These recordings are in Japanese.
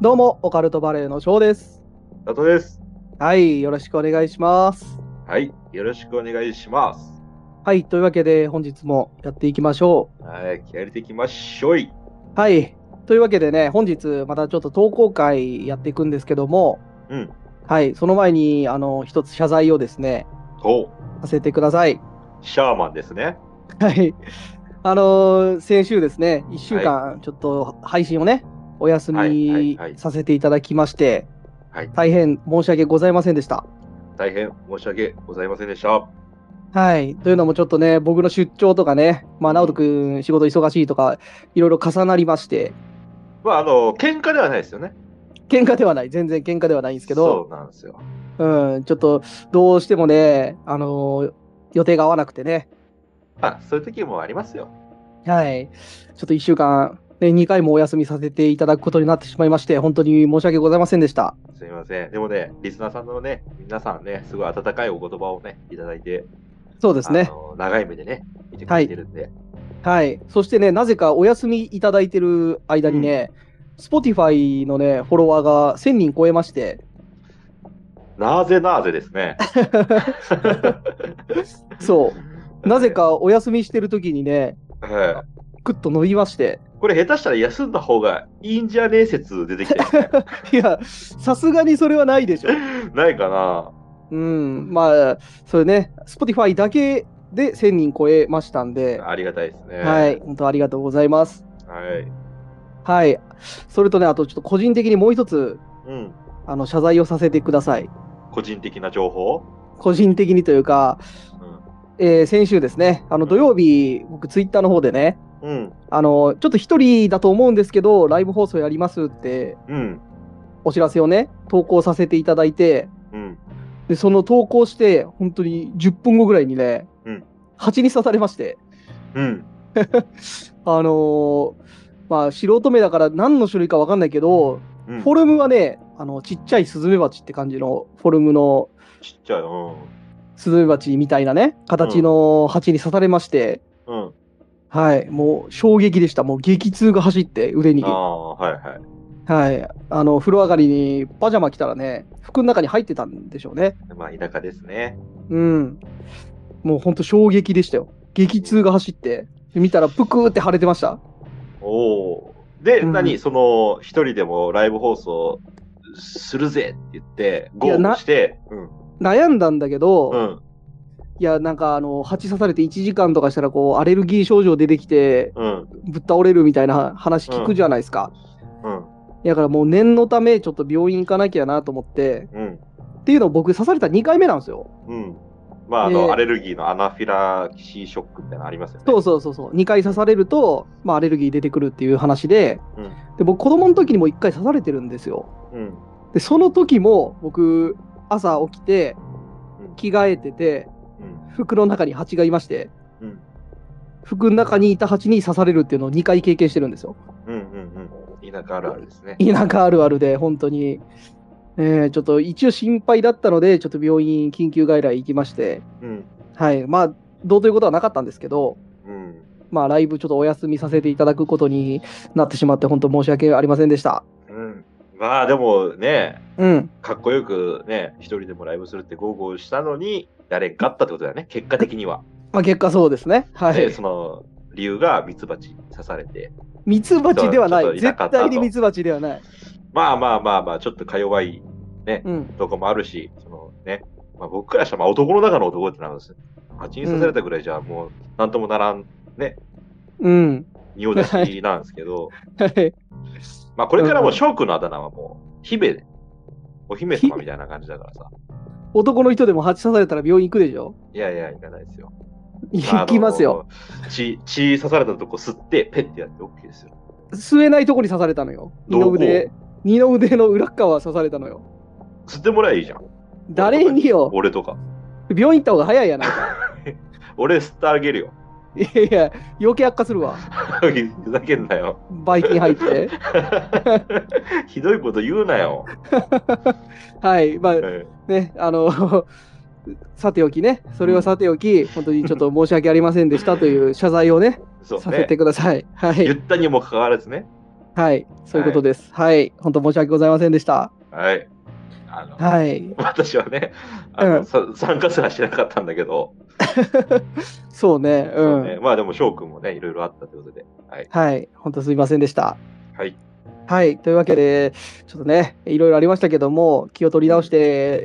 どうも、オカルトバレーの翔です。 佐藤です。 はい、よろしくお願いします。 はい、よろしくお願いします。 はい、というわけで本日もやっていきましょう。 はい、気合入れていきましょい。 はい、というわけでね、本日またちょっと投稿会やっていくんですけども、はい、その前に一つ謝罪をですね、させてください。 シャーマンですね。 はい、先週ですね、1週間ちょっと配信をね、お休みさせていただきまして、大変申し訳ございませんでした。 大変申し訳ございませんでした。 はい。というのもちょっとね、僕の出張とかね、直人君仕事忙しいとか、いろいろ重なりまして。 まあ、喧嘩ではないですよね。 喧嘩ではない。全然喧嘩ではないんですけど。 そうなんですよ。 ちょっと、どうしてもね、予定が合わなくてね。 そういう時もありますよ。 はい。ちょっと1週間、ね、2回もお休みさせていただくことになってしまいまして、本当に申し訳ございませんでした。 すみません。でもね、リスナーさんのね、皆さんね、すごい温かいお言葉をね、いただいて、 そうですね。 長い目でね、見てくれてるんで。 はい。そしてね、なぜかお休みいただいてる間にね、Spotify のね、フォロワーが1000人超えまして。 なぜですね。 そう。なぜかお休みしてる時にね、ぐっと伸びまして。 これ下手したら休んだ方がいいんじゃねえ説出てきて、ね、 いや、さすがにそれはないでしょ。 ないかな。 まあ、それね、Spotify だけで1000人超えましたんで。 ありがたいですね。 はい、本当ありがとうございます。 はい。 はい。それとね、あとちょっと個人的にもう一つ、謝罪をさせてください。 個人的な情報？ 個人的にというか、先週ですね、土曜日、僕、ツイッターの方でね、ちょっと一人だと思うんですけど、ライブ放送やりますって、お知らせをね、投稿させていただいて、でその投稿して、本当に10分後ぐらいにね、蜂に刺されまして、まあ、素人目だから何の種類か分かんないけど、フォルムはね、ちっちゃいスズメバチって感じのフォルムの、 ちっちゃい、 スズメバチみたいなね、形の蜂に刺されまして、はい、もう衝撃でした。もう激痛が走って、腕に。はい。風呂上がりにパジャマ着たらね、服の中に入ってたんでしょうね。 まあ、田舎ですね。 もうほんと衝撃でしたよ。激痛が走って、見たらぷくーって腫れてました。 で、その、一人でもライブ放送するぜって言って、ゴーして、 悩んだんだけど、いや、なんか蜂刺されて1時間とかしたらこうアレルギー症状出てきて、ぶっ倒れるみたいな話聞くじゃないですか。だからもう念のためちょっと病院行かなきゃなと思って、っていうのを僕刺された2回目なんですよ。 まあ、アレルギーのアナフィラキシーショックみたいなのありますよね。 そう。2回刺されると、まあ、アレルギー出てくるっていう話で、で僕子供の時にも1回刺されてるんですよ。でその時も僕朝起きて着替えてて、服の中に蜂がいまして、服の中にいた蜂に刺されるっていうのを2回経験してるんですよ。 田舎あるあるですね。 田舎あるあるで、本当に。ちょっと一応心配だったので、ちょっと病院緊急外来行きまして、はい、まあ、どうということはなかったんですけど、まあ、ライブちょっとお休みさせていただくことになってしまって、本当申し訳ありませんでした。 まあ、でもね、かっこよくね、一人でもライブするって豪語したのに、誰かったってことだよね、結果的には。 まあ、結果そうですね。はい。 その理由がミツバチ刺されて。 ミツバチではない。絶対にミツバチではない。 まあ、ちょっとか弱いね、とこもあるし、そのね、まあ、僕からしたら男の中の男ってなるんですよ。蜂に刺されたぐらいじゃもうなんともならんね、仁王立ちなんですけど、まあこれからも翔くんのあだ名はもう姫で、お姫様みたいな感じだからさ。 男の人でも蜂刺されたら病院行くでしょ？ いや、行かないですよ。 行きますよ。 血刺されたとこ吸ってペッてやって OK ですよ。 吸えないとこに刺されたのよ。二の腕の裏側刺されたのよ。 吸ってもらえばいいじゃん。 誰によ。 俺とか。 病院行った方が早いやな。 俺吸ってあげるよ。 いや、余計悪化するわ。 ふざけんなよ。 ばい菌入って。 ひどいこと言うなよ。 はい、まあ、ね、さておきね、それはさておき、本当にちょっと申し訳ありませんでしたという謝罪をね、させてください。はい。 言ったにもかかわらずね。 はい、そういうことです。はい、本当申し訳ございませんでした。 はい。 はい。 私はね、参加すらしなかったんだけど。 そうね。 そうね。まあでも、翔くんもね、いろいろあったということで。 はい。はい。本当すいませんでした。 はい。 はい。というわけで、ちょっとね、いろいろありましたけども、気を取り直して、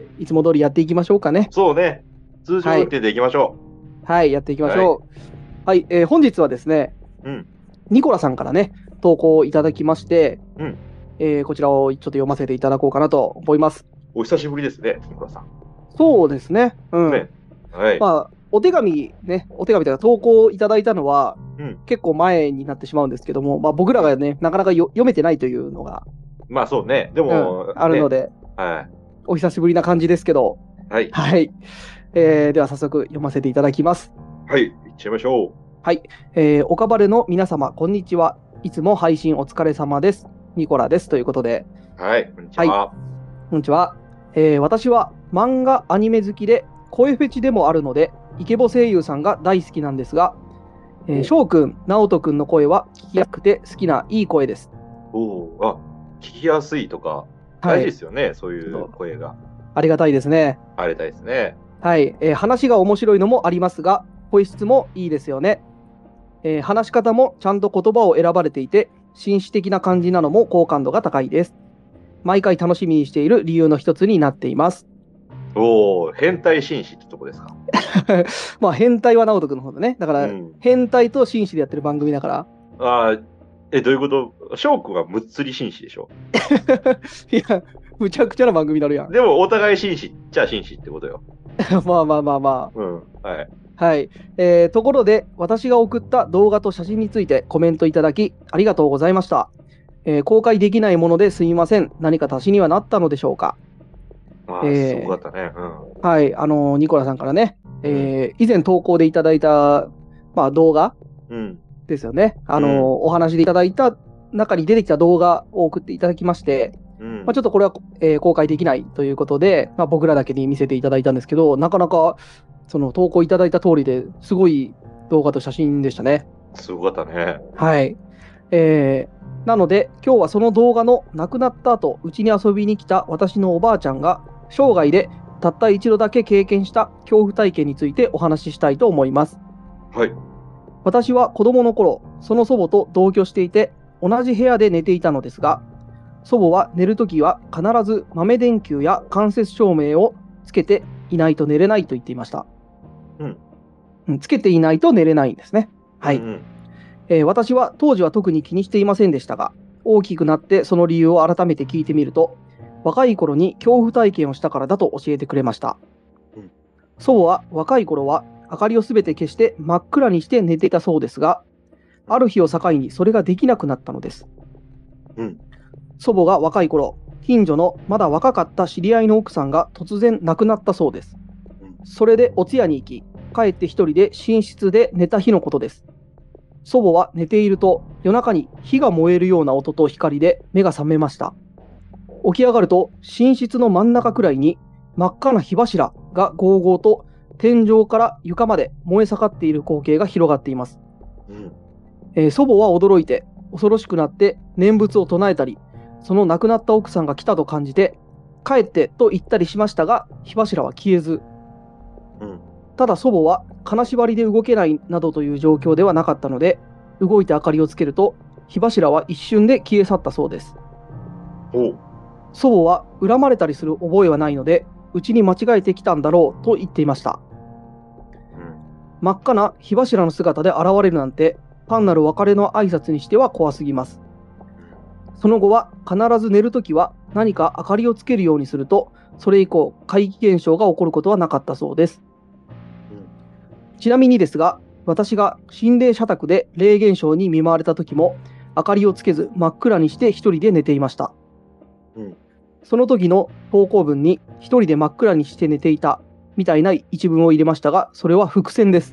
いつも通りやっていきましょうかね。 そうね。通常運転でいきましょう。はい、やっていきましょう。はい。本日はですね、ニコラさんからね、投稿いただきまして、こちらをちょっと読ませていただこうかなと思います。 お久しぶりですね、ニコラさん。 そうですね。はい。まあ、お手紙というか投稿いただいたのは、結構前になってしまうんですけども、まあ、僕らがね、なかなか読めてないというのが、 まあそうね、でも、 あるので、お久しぶりな感じですけど、はい。では早速読ませていただきます。 はい、いっちゃいましょう。 はい。岡晴れの皆様、こんにちは。いつも配信お疲れ様です。ニコラです。ということで。 はい、こんにちは。 こんにちは。私は漫画、アニメ好きで、声フェチでもあるので、イケボ声優さんが大好きなんですが、翔くん、直人くんの声は聞きやすくて好きないい声です。 聞きやすいとか、大事ですよね、そういう声が。 ありがたいですね。 ありがたいですね。 はい、話が面白いのもありますが、声質もいいですよね。話し方もちゃんと言葉を選ばれていて、紳士的な感じなのも好感度が高いです。毎回楽しみにしている理由の一つになっています。 変態紳士ってとこですか。 まあ変態は直人君の方だね。だから、変態と紳士でやってる番組だから。 どういうこと？翔くんはむっつり紳士でしょ。 いや、むちゃくちゃな番組になるやん。 でもお互い紳士っちゃ紳士ってことよ。 まあ。はい。ところで、私が送った動画と写真についてコメントいただき、ありがとうございました。公開できないものですみません。何か足しにはなったのでしょうか。 すごかったね。 はい。ニコラさんからね、以前投稿でいただいた、まあ、動画ですよね。お話でいただいた中に出てきた動画を送っていただきまして、まあ、ちょっとこれは、公開できないということで、まあ、僕らだけに見せていただいたんですけど、なかなかその投稿いただいた通りですごい動画と写真でしたね。 すごかったね。 はい。なので、今日はその動画の亡くなった後、うちに遊びに来た私のおばあちゃんが、生涯でたった一度だけ経験した恐怖体験についてお話ししたいと思います。 はい。 私は子供の頃、その祖母と同居していて、同じ部屋で寝ていたのですが、祖母は寝るときは必ず豆電球や間接照明をつけていないと寝れないと言っていました。つけていないと寝れないんですね。はい。私は当時は特に気にしていませんでしたが、大きくなってその理由を改めて聞いてみると、若い頃に恐怖体験をしたからだと教えてくれました。祖母は若い頃は明かりをすべて消して真っ暗にして寝ていたそうですが、ある日を境にそれができなくなったのです。祖母が若い頃、近所のまだ若かった知り合いの奥さんが突然亡くなったそうです。それでお通夜に行き、帰って一人で寝室で寝た日のことです。祖母は寝ていると夜中に火が燃えるような音と光で目が覚めました。起き上がると寝室の真ん中くらいに真っ赤な火柱がゴーゴーと天井から床まで燃え盛っている光景が広がっています。祖母は驚いて恐ろしくなって念仏を唱えたり、その亡くなった奥さんが来たと感じて帰ってと言ったりしましたが、火柱は消えず、ただ祖母は金縛りで動けないなどという状況ではなかったので、動いて明かりをつけると火柱は一瞬で消え去ったそうです。祖母は恨まれたりする覚えはないので、うちに間違えてきたんだろうと言っていました。真っ赤な火柱の姿で現れるなんて、単なる別れの挨拶にしては怖すぎます。その後は必ず寝るときは何か明かりをつけるようにすると、それ以降怪奇現象が起こることはなかったそうです。ちなみにですが、私が心霊社宅で霊現象に見舞われた時も、明かりをつけず真っ暗にして一人で寝ていました。その時の投稿文に一人で真っ暗にして寝ていたみたいな一文を入れましたが、それは伏線です。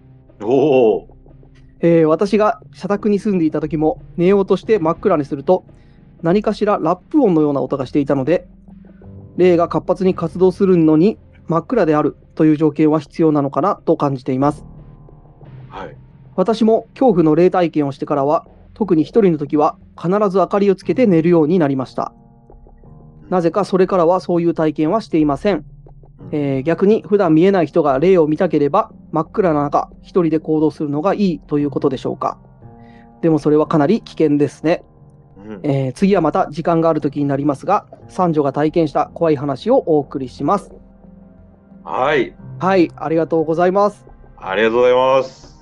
私が社宅に住んでいた時も寝ようとして真っ暗にすると、何かしらラップ音のような音がしていたので、霊が活発に活動するのに真っ暗であるという条件は必要なのかなと感じています。私も恐怖の霊体験をしてからは、 特に一人の時は必ず明かりをつけて寝るようになりました。なぜかそれからはそういう体験はしていません。逆に普段見えない人が霊を見たければ真っ暗な中一人で行動するのがいいということでしょうか。でもそれはかなり危険ですね。次はまた時間がある時になりますが、三女が体験した怖い話をお送りします。 はい。 はい、ありがとうございます。 ありがとうございます。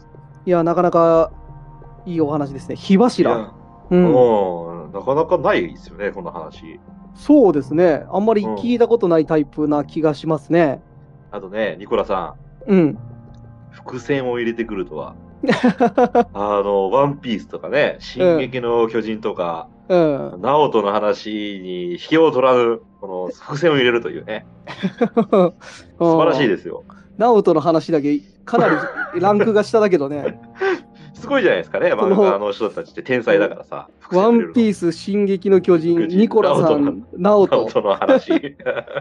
いや、なかなかいいお話ですね。火柱。 なかなかないですよね、この話。 そうですね。あんまり聞いたことないタイプな気がしますね。 あとね、ニコラさん。 伏線を入れてくるとは。ワンピースとかね、進撃の巨人とか、ナオトの話に引けを取らぬ、この伏線を入れるというね。素晴らしいですよ。 ナオトの話だけかなりランクが下だけどね。 すごいじゃないですかね、漫画の人たちって天才だからさ。 ワンピース、進撃の巨人、ニコラさん、ナオトの話。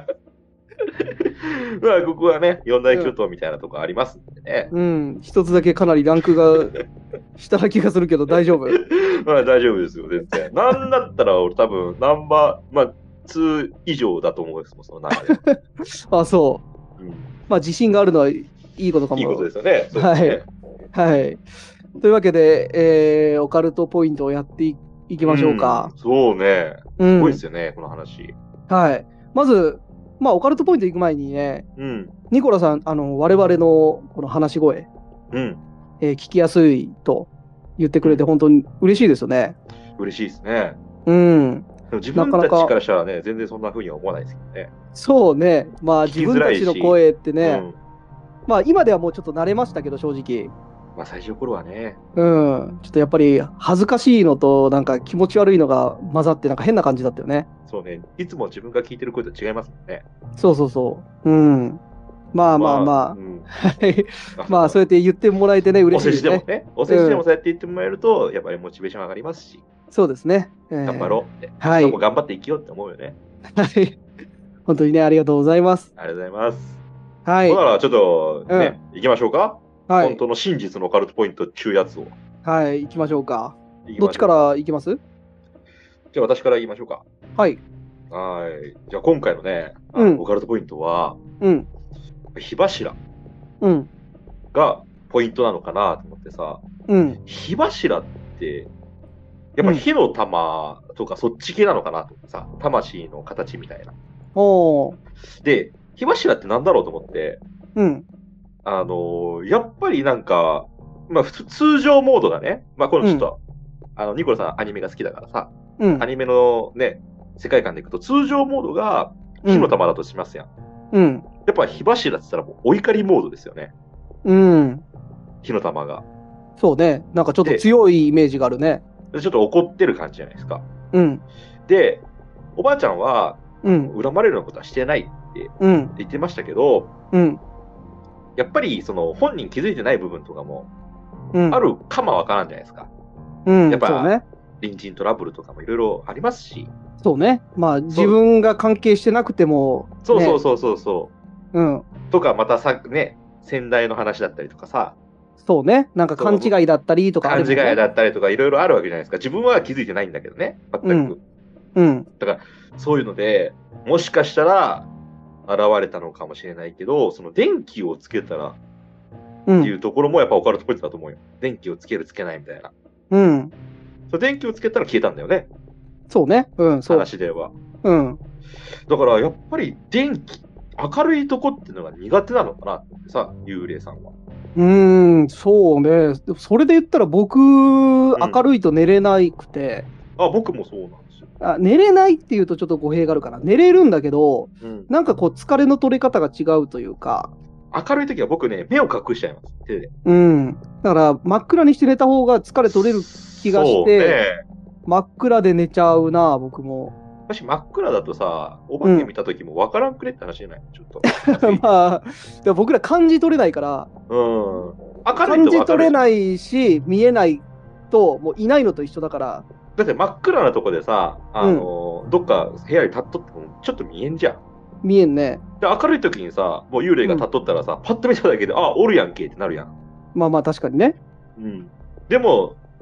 まあ、ここはね、四大巨頭みたいなとこありますんでね。 一つだけかなりランクが下な気がするけど、大丈夫？ まあ、大丈夫ですよ、全然。なんだったら、俺多分、ナンバー、まあ、2以上だと思うんですもん、その中で。 あ、そう。まあ、自信があるのはいいことかも。 いいことですよね。 はい。はい。というわけで、オカルトポイントをやっていきましょうか。 そうね。すごいですよね、この話。 はい。まず、まあ、オカルトポイント行く前にね、ニコラさん、我々のこの話し声、聞きやすいと言ってくれて、本当に嬉しいですよね。 嬉しいですね。 でも自分たちからしたらね、全然そんな風には思わないですけどね。 そうね。まあ、自分たちの声ってね、まあ、今ではもうちょっと慣れましたけど、正直。 まあ、最初の頃はね。 ちょっとやっぱり恥ずかしいのと、なんか気持ち悪いのが混ざって、なんか変な感じだったよね。 そうね。いつも自分が聞いてる声と違いますもんね。 そうそうそう。まあまあまあ。まあ、そうやって言ってもらえてね、嬉しいですね。 お世辞でもそうやって言ってもらえると、やっぱりモチベーション上がりますし。 そうですね。 頑張ろうって。 はい。 頑張って生きようって思うよね。 はい。本当にね、ありがとうございます。 ありがとうございます。 はい。 だからちょっとね、行きましょうか。 はい。 本当の真実のオカルトポイントっていうやつを。 はい、行きましょうか。どっちから行きます？ じゃあ私から言いましょうか。 はい。 はい。じゃあ今回のね、オカルトポイントは、火柱がポイントなのかなと思ってさ、火柱って、やっぱ火の玉とかそっち系なのかなと思ってさ、魂の形みたいな。で、火柱ってなんだろうと思って、やっぱりなんか、まあ通常モードがね、まあこのちょっと、ニコラさんアニメが好きだからさ、アニメのね、世界観でいくと通常モードが火の玉だとしますやん。やっぱ火柱って言ったらもうお怒りモードですよね。火の玉が。 そうね。なんかちょっと強いイメージがあるね。 ちょっと怒ってる感じじゃないですか。で、おばあちゃんは、恨まれるようなことはしてないって言ってましたけど、やっぱりその本人気づいてない部分とかもあるかもわからんじゃないですか。やっぱ、隣人トラブルとかもいろいろありますし。 そうね。まあ自分が関係してなくても、 そう。とかまたさ、ね、先代の話だったりとかさ。 そうね。なんか勘違いだったりとか勘違いだったりとかいろいろあるわけじゃないですか。自分は気づいてないんだけどね。全く。だからそういうので、もしかしたら、現れたのかもしれないけど、その電気をつけたらっていうところもやっぱオカルトポイントだと思うよ。電気をつけるつけないみたいな。その電気をつけたら消えたんだよね。 そうね。そう。 話では。だからやっぱり電気、明るいとこっていうのが苦手なのかなってさ、幽霊さんは。 そうね。それで言ったら僕、明るいと寝れなくて。 僕もそうなんですよ。 寝れないっていうとちょっと語弊があるかな。寝れるんだけど、なんかこう疲れの取れ方が違うというか。 明るい時は僕ね、目を隠しちゃいます。手で。 だから真っ暗にして寝た方が疲れ取れる気がして、真っ暗で寝ちゃうな、僕も。 もし真っ暗だとさ、お化け見た時も分からんくれって話じゃない、ちょっと。 まあ、僕ら感じ取れないから、感じ取れないし、見えないと、もういないのと一緒だから。 だって真っ暗なとこでさ、どっか部屋に立っとってもちょっと見えんじゃん。 見えんね。 で、明るい時にさ、もう幽霊が立っとったらさ、パッと見ただけで、おるやんけってなるやん。 まあまあ確かにね。 でも、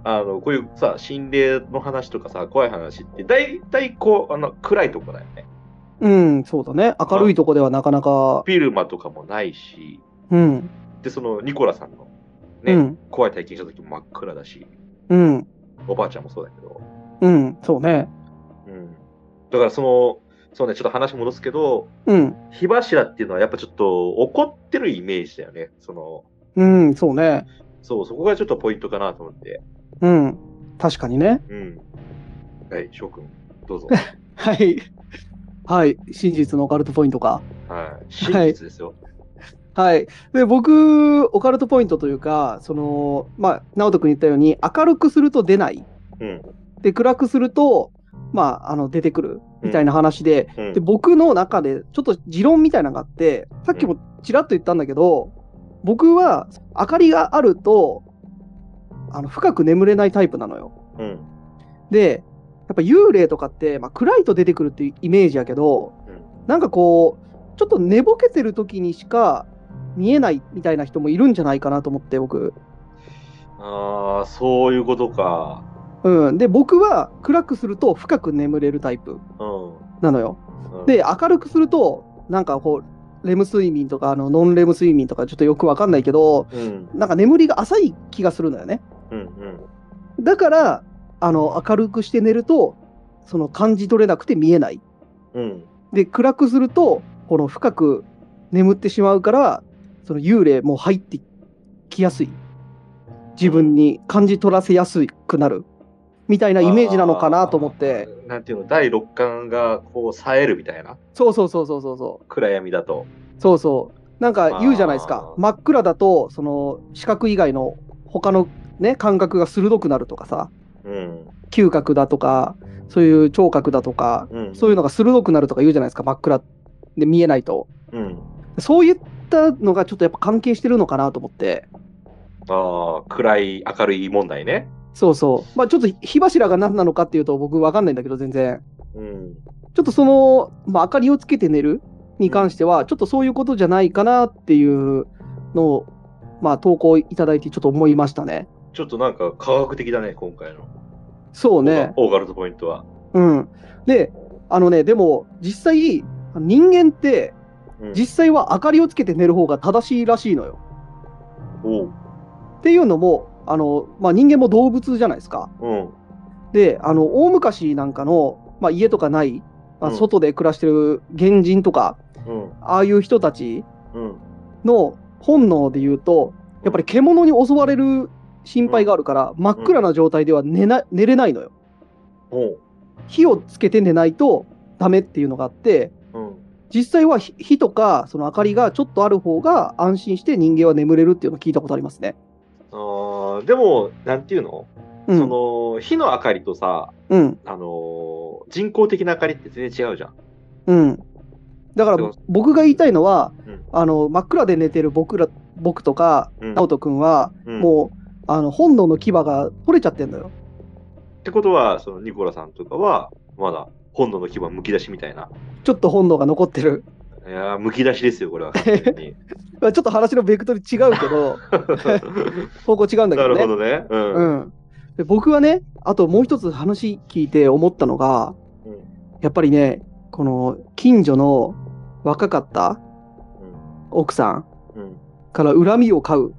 こういうさ、心霊の話とかさ、怖い話って、大体こう、暗いとこだよね。 うん、そうだね。明るいとこではなかなか。 フィルマとかもないし、 うん。 で、そのニコラさんのね、うん、怖い体験した時も真っ暗だし、 うん。 おばあちゃんもそうだけど。 うん、そうね。 うん。だからそうね、ちょっと話戻すけど、うん。火柱っていうのはやっぱちょっと怒ってるイメージだよね。 うん、そうね。 そう、そこがちょっとポイントかなと思って。 うん。確かにね。 うん。はい、翔くん、どうぞ。 はい。はい。真実のオカルトポイントか。 はい。真実ですよ。 はい。で、僕、オカルトポイントというか、直人君言ったように、明るくすると出ない。うん。で、暗くすると、出てくるみたいな話で、うん、で、僕の中でちょっと持論みたいなのがあって、さっきもちらっと言ったんだけど、僕は明かりがあると、深く眠れないタイプなのよ。うん。で、やっぱ幽霊とかって、暗いと出てくるっていうイメージやけど、うん、なんかこう、ちょっと寝ぼけてる時にしか見えないみたいな人もいるんじゃないかなと思って、僕。 ああ、そういうことか。 うん。で、僕は暗くすると深く眠れるタイプなのよ。うん、で、明るくすると、なんかこう、レム睡眠とか、ノンレム睡眠とかちょっとよくわかんないけど、うん、なんか眠りが浅い気がするのよね。うんうん、だから、明るくして寝ると、感じ取れなくて見えない。うん、で、暗くすると、この深く眠ってしまうから、その幽霊も入ってきやすい。自分に感じ取らせやすくなる。みたいなイメージなのかなと思って。 なんていうの、第六感がこう冴えるみたいな。 そうそうそうそうそう。 暗闇だと。 そうそう。なんか言うじゃないですか。真っ暗だと、視覚以外の他のね、感覚が鋭くなるとかさ。うん、嗅覚だとか、そういう聴覚だとか、そういうのが鋭くなるとか言うじゃないですか。真っ暗で見えないと。うん、そういったのがちょっとやっぱ関係してるのかなと思って。 ああ、暗い、明るい問題ね。 そうそう。ちょっと火柱が何なのかっていうと僕分かんないんだけど、全然。うん、ちょっと明かりをつけて寝るに関しては、ちょっとそういうことじゃないかなっていうのを、投稿いただいてちょっと思いましたね。 ちょっとなんか科学的だね、今回の。 そうね。 オーガルトポイントは。 うん。で、でも、実際、人間って、実際は明かりをつけて寝る方が正しいらしいのよ。おう。っていうのも、人間も動物じゃないですか。うん、で、大昔なんかの、家とかない、外で暮らしてる原人とか、ああいう人たちの本能で言うと、やっぱり獣に襲われる心配があるから、真っ暗な状態では寝れないのよ。火をつけて寝ないとダメっていうのがあって、実際は火とかその明かりがちょっとある方が安心して人間は眠れるっていうのを聞いたことありますね。 でも、なんていうの、火の明かりとさ、人工的な明かりって全然違うじゃん。うん。だから僕が言いたいのは、真っ暗で寝てる僕とか、直人君は、もう、本能の牙が取れちゃってんのよ。 ってことは、ニコラさんとかは、まだ本能の牙むき出しみたいな。 ちょっと本能が残ってる。 いやー、むき出しですよ、これは。ちょっと話のベクトル違うけど、方向違うんだけどね。 なるほどね。うん。 で僕はね、あともう一つ話聞いて思ったのが、やっぱりね、この近所の若かった奥さんから恨みを買うって、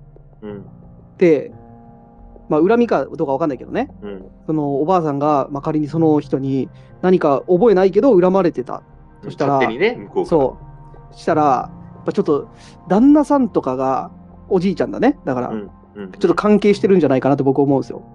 恨みかどうか分かんないけどね、そのおばあさんが、仮にその人に何か覚えないけど恨まれてた。そしたら、 勝手にね、向こうから。 そう。したら、やっぱちょっと旦那さんとかがおじいちゃんだね。だから、ちょっと関係してるんじゃないかなと僕思うんですよ。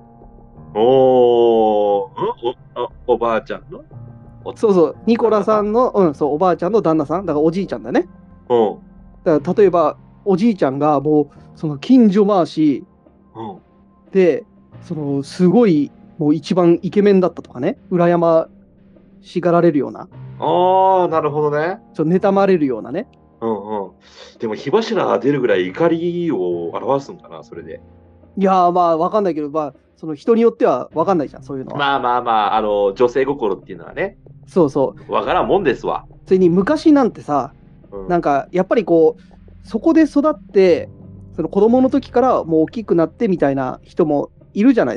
おばあちゃんのそうそう、ニコラさんの、そう、おばあちゃんの旦那さん、だからおじいちゃんだね。だから例えば、おじいちゃんがもう、その近所回しで、すごい、もう一番イケメンだったとかね、羨ましがられるような。 ああ、なるほどね。 妬まれるようなね。 でも火柱が出るぐらい怒りを表すんかな、それで。 いやー、わかんないけど、その人によってはわかんないじゃん、そういうのは。女性心っていうのはね。 そうそう。 わからんもんですわ。 それに昔なんてさ、なんかやっぱりこう、そこで育って、その子供の時からもう大きくなってみたいな人もいるじゃないですか。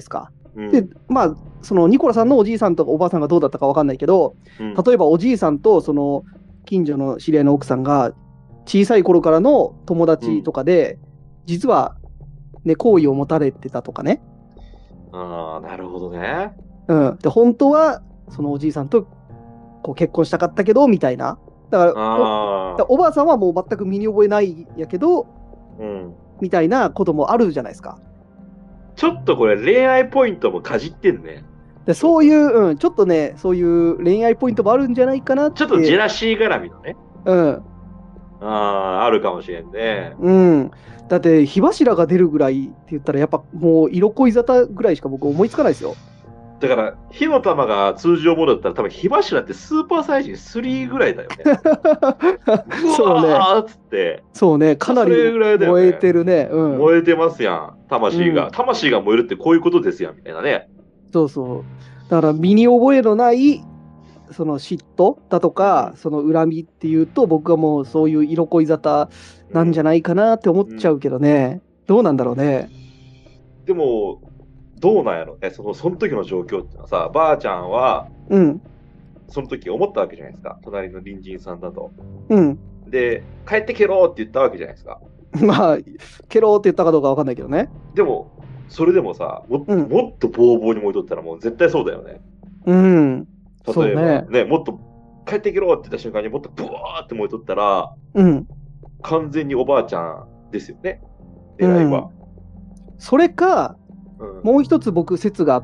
で、まあ、そのニコラさんのおじいさんとかおばあさんがどうだったか分かんないけど、例えばおじいさんとその近所の知り合いの奥さんが小さい頃からの友達とかで、実は、ね、好意を持たれてたとかね。 ああ、なるほどね。 で、本当はそのおじいさんとこう結婚したかったけどみたいな。だからおばあさんはもう全く身に覚えないやけど、みたいなこともあるじゃないですか。 ちょっとこれ恋愛ポイントもかじってんね。 でそういう、ちょっとね、そういう恋愛ポイントもあるんじゃないかなって。 ちょっとジェラシー絡みのね。あるかもしれんね。 だって火柱が出るぐらいって言ったらやっぱもう色恋沙汰ぐらいしか僕思いつかないですよ。 だから火の玉が通常モードだったら多分火柱ってスーパーサイジン3ぐらいだよね。 そうね。 っつって。 そうね。かなり燃えてるね。 燃えてますやん。魂が。魂が燃えるってこういうことですやんみたいなね。 そうそう。だから身に覚えのないその嫉妬だとか、その恨みっていうと僕はもうそういう色恋沙汰なんじゃないかなって思っちゃうけどね。どうなんだろうね。 でもどうなんやろね。その時の状況っていうのはさ、ばあちゃんは、その時思ったわけじゃないですか。隣の隣人さんだと。で、帰ってけろって言ったわけじゃないですか。 まあ、ケローって言ったかどうかわかんないけどね。 でも、それでもさ、もっとボーボーに燃えとったらもう絶対そうだよね。例えばね、もっと帰ってけろって言った瞬間にもっとブワーって燃えとったら、完全におばあちゃんですよね。狙いは。それか、もう一つ僕説があって、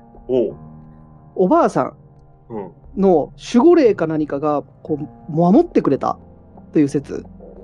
おばあさんの守護霊か何かがこう守ってくれたという説。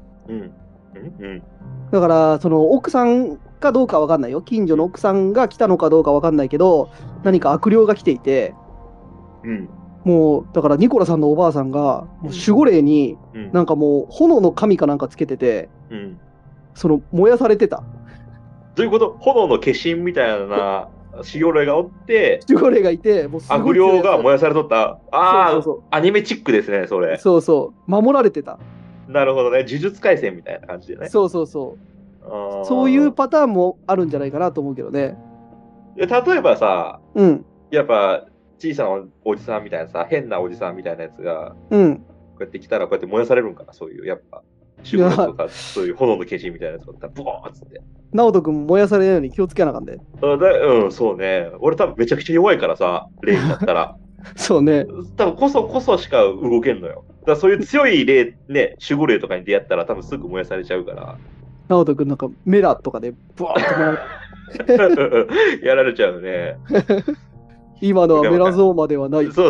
だからその奥さんかどうかわかんないよ。近所の奥さんが来たのかどうかわかんないけど、何か悪霊が来ていて、もうだからニコラさんのおばあさんがもう守護霊になんかもう炎の神かなんかつけてて、その燃やされてた。 どういうこと？炎の化身みたいな守護霊がおって、 守護霊がいて、 もう悪霊が燃やされとった。アニメチックですね、それ。 そうそう、守られてた。 なるほどね、呪術廻戦みたいな感じでね。 そう。そういうパターンもあるんじゃないかなと思うけどね。 例えばさ、やっぱ小さなおじさんみたいなさ、変なおじさんみたいなやつが、こうやって来たらこうやって燃やされるんかな、そういう、やっぱ。守護霊とか、そういう炎の化身みたいなやつがあったら、ブワーッつって。 直人君燃やされないように気をつけなあかんで。 そうね。俺多分めちゃくちゃ弱いからさ、霊になったら。 そうね。 多分こそしか動けんのよ。だからそういう強い霊、ね、守護霊とかに出会ったら多分すぐ燃やされちゃうから。 直人君なんかメラとかでブワーッと燃ややられちゃうね。 今のはメラゾーマではない。 そう。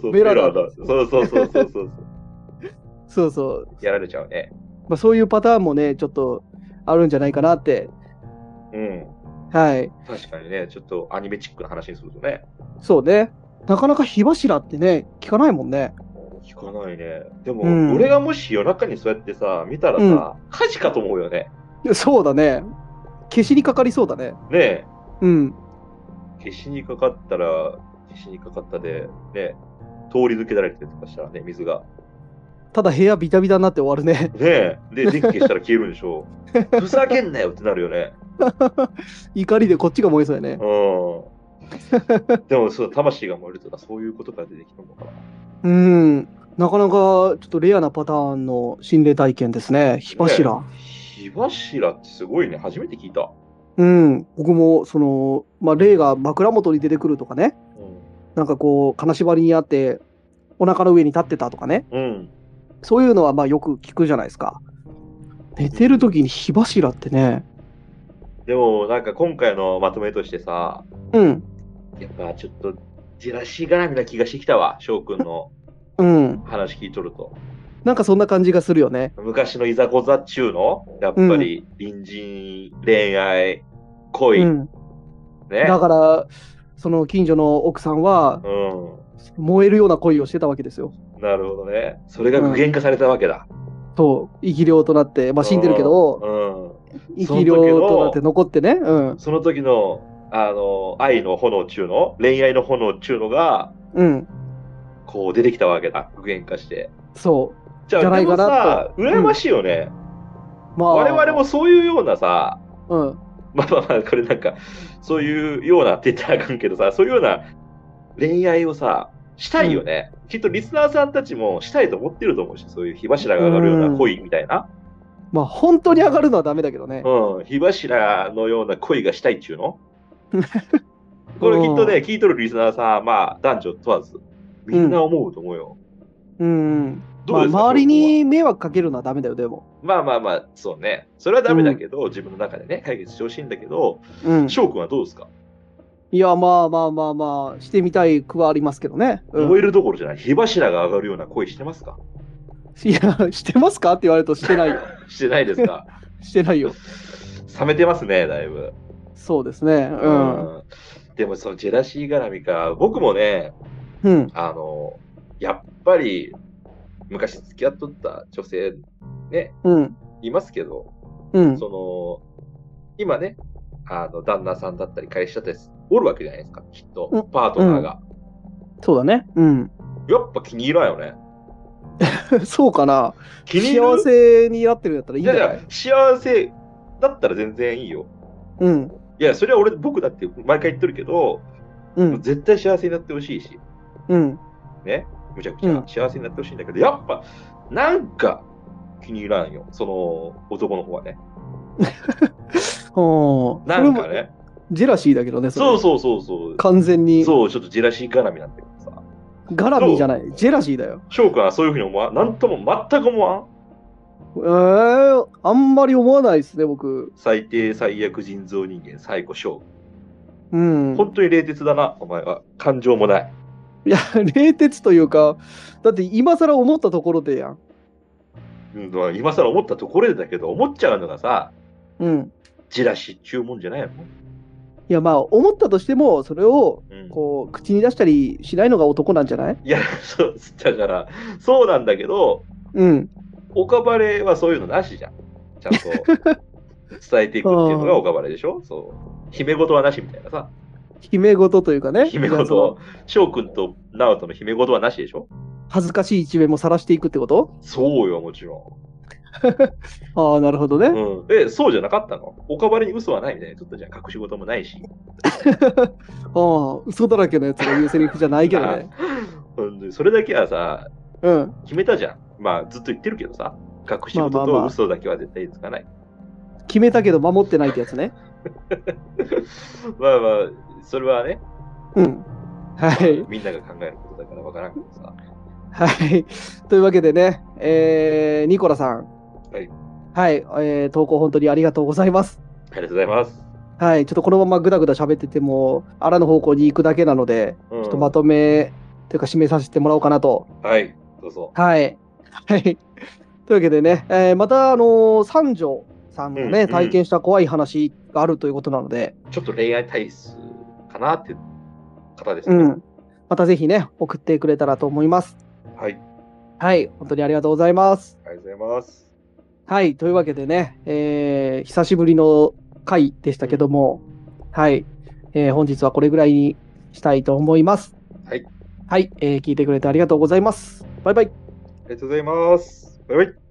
メラだ。 そう。やられちゃうね。 まあそういうパターンもね、ちょっとあるんじゃないかなって。はい。 確かにね、ちょっとアニメチックな話にするとね。 そうね。なかなか火柱ってね、聞かないもんね。 聞かないね。でも、俺がもし夜中にそうやってさ、見たらさ、火事かと思うよね。 そうだね。消しにかかりそうだね。 ねえ。消しにかかったで、ね、通り抜けられてとかしたらね、水が。 ただ部屋ビタビタになって終わるね。 ねえ。で、電気消したら消えるんでしょ。ふざけんなよってなるよね。 怒りでこっちが燃えそうやね。 でも、そう、魂が燃えるとか、そういうことから出てきたのかな。なかなかちょっとレアなパターンの心霊体験ですね。火柱。 火柱ってすごいね。初めて聞いた。 僕も、霊が枕元に出てくるとかね。なんかこう、金縛りにあって、お腹の上に立ってたとかね。そういうのはまあよく聞くじゃないですか。寝てる時に火柱ってね。 でもなんか今回のまとめとしてさ、やっぱちょっとジェラシー絡みな気がしてきたわ、翔くんの話聞いとると。 なんかそんな感じがするよね。 昔のいざこざっちゅうのやっぱり隣人、恋愛、恋、ね。 だからその近所の奥さんは、燃えるような恋をしてたわけですよ。 なるほどね。それが具現化されたわけだ。 そう生き量となって、まあ、死んでるけど、生き量となって残ってね。 その時の愛の炎中の恋愛の炎中のが、こう出てきたわけだ、具現化して。 そうじゃないかなと。羨ましいよね。我々もそういうようなさ、 まあまあまあ、これなんか、そういうようなって言ったらあかんけどさ、そういうような恋愛をさ、したいよね。きっとリスナーさんたちもしたいと思ってると思うし、そういう火柱が上がるような恋みたいな。 まあ、本当に上がるのはダメだけどね。 うん、火柱のような恋がしたいっちゅうのこれきっとね、聞いとるリスナーさん、まあ、男女問わず、みんな思うと思うよ。 どうですか、周りに迷惑かけるのはダメだよ、でも。 まあまあまあ、そうね。それはダメだけど、自分の中でね、解決してほしいんだけど、翔くんはどうですか？ いや、まあまあまあまあ、してみたい句はありますけどね。 燃えるどころじゃない。火柱が上がるような恋してますか？ いや、してますかって言われるとしてないよ。 してないですか？ してないよ。 冷めてますね、だいぶ。 そうですね。 でも、そのジェラシー絡みか。僕もね、やっぱり、昔付き合っとった女性、ね、いますけど、今ね、旦那さんだったり、会社だったり、おるわけじゃないですか、きっと、パートナーが。 そうだね。 やっぱ気に入らんよね。 そうかな。幸せになってるんだったらいいんじゃない？いや幸せだったら全然いいよ。いや、それは僕だって毎回言ってるけど、絶対幸せになってほしいし。ね。むちゃくちゃ幸せになってほしいんだけど、やっぱ、なんか気に入らんよ。その男の方はね。なんかね。 ジェラシーだけどね。 そう。 完全に。 そう、ちょっとジェラシー絡みなんだけどさ。 絡みじゃない。ジェラシーだよ。 翔くんはそういうふうに思わん？なんとも全く思わん？ あんまり思わないですね、僕。 最低最悪人造人間、最後翔。本当に冷徹だな、お前は。感情もない。 いや、冷徹というか、だって今更思ったところでやん。 今更思ったところでだけど、思っちゃうのがさ、ジェラシーっちゅうもんじゃないの？ いや、まあ、思ったとしても、それを、こう、口に出したりしないのが男なんじゃない？ いや、だから、そうなんだけど、岡バレはそういうのなしじゃん。ちゃんと伝えていくっていうのが岡バレでしょ？そう。姫事はなしみたいなさ。 姫事というかね。 姫事。翔くんと直人の姫事はなしでしょ？ 恥ずかしい一面も晒していくってこと？ そうよ、もちろん。 ああ、なるほどね。 そうじゃなかったの？岡バレに嘘はないみたいな。ちょっとじゃあ隠し事もないし。 ああ、嘘だらけのやつが言うセリフじゃないけどね。 それだけはさ、決めたじゃん。まあ、ずっと言ってるけどさ、隠し事と嘘だけは絶対つかない。 決めたけど守ってないってやつね。 まあまあ、それはね。 はい。 みんなが考えることだからわからんけどさ。 はい。というわけでね、ニコラさん。はい。投稿本当にありがとうございます。 ありがとうございます。 はい。ちょっとこのままぐだぐだ喋ってても、あらぬ方向に行くだけなので、ちょっとまとめというか締めさせてもらおうかなと。 はい。どうぞ。 はい。はい。というわけでね、また、三女さんもね、体験した怖い話があるということなので。 ちょっと恋愛体質かなっていう方ですね。 またぜひね、送ってくれたらと思います。 はい。 はい。本当にありがとうございます。 ありがとうございます。 はい。というわけでね、久しぶりの回でしたけども、はい。本日はこれぐらいにしたいと思います。 はい。 はい。聞いてくれてありがとうございます。バイバイ。 ありがとうございます。バイバイ。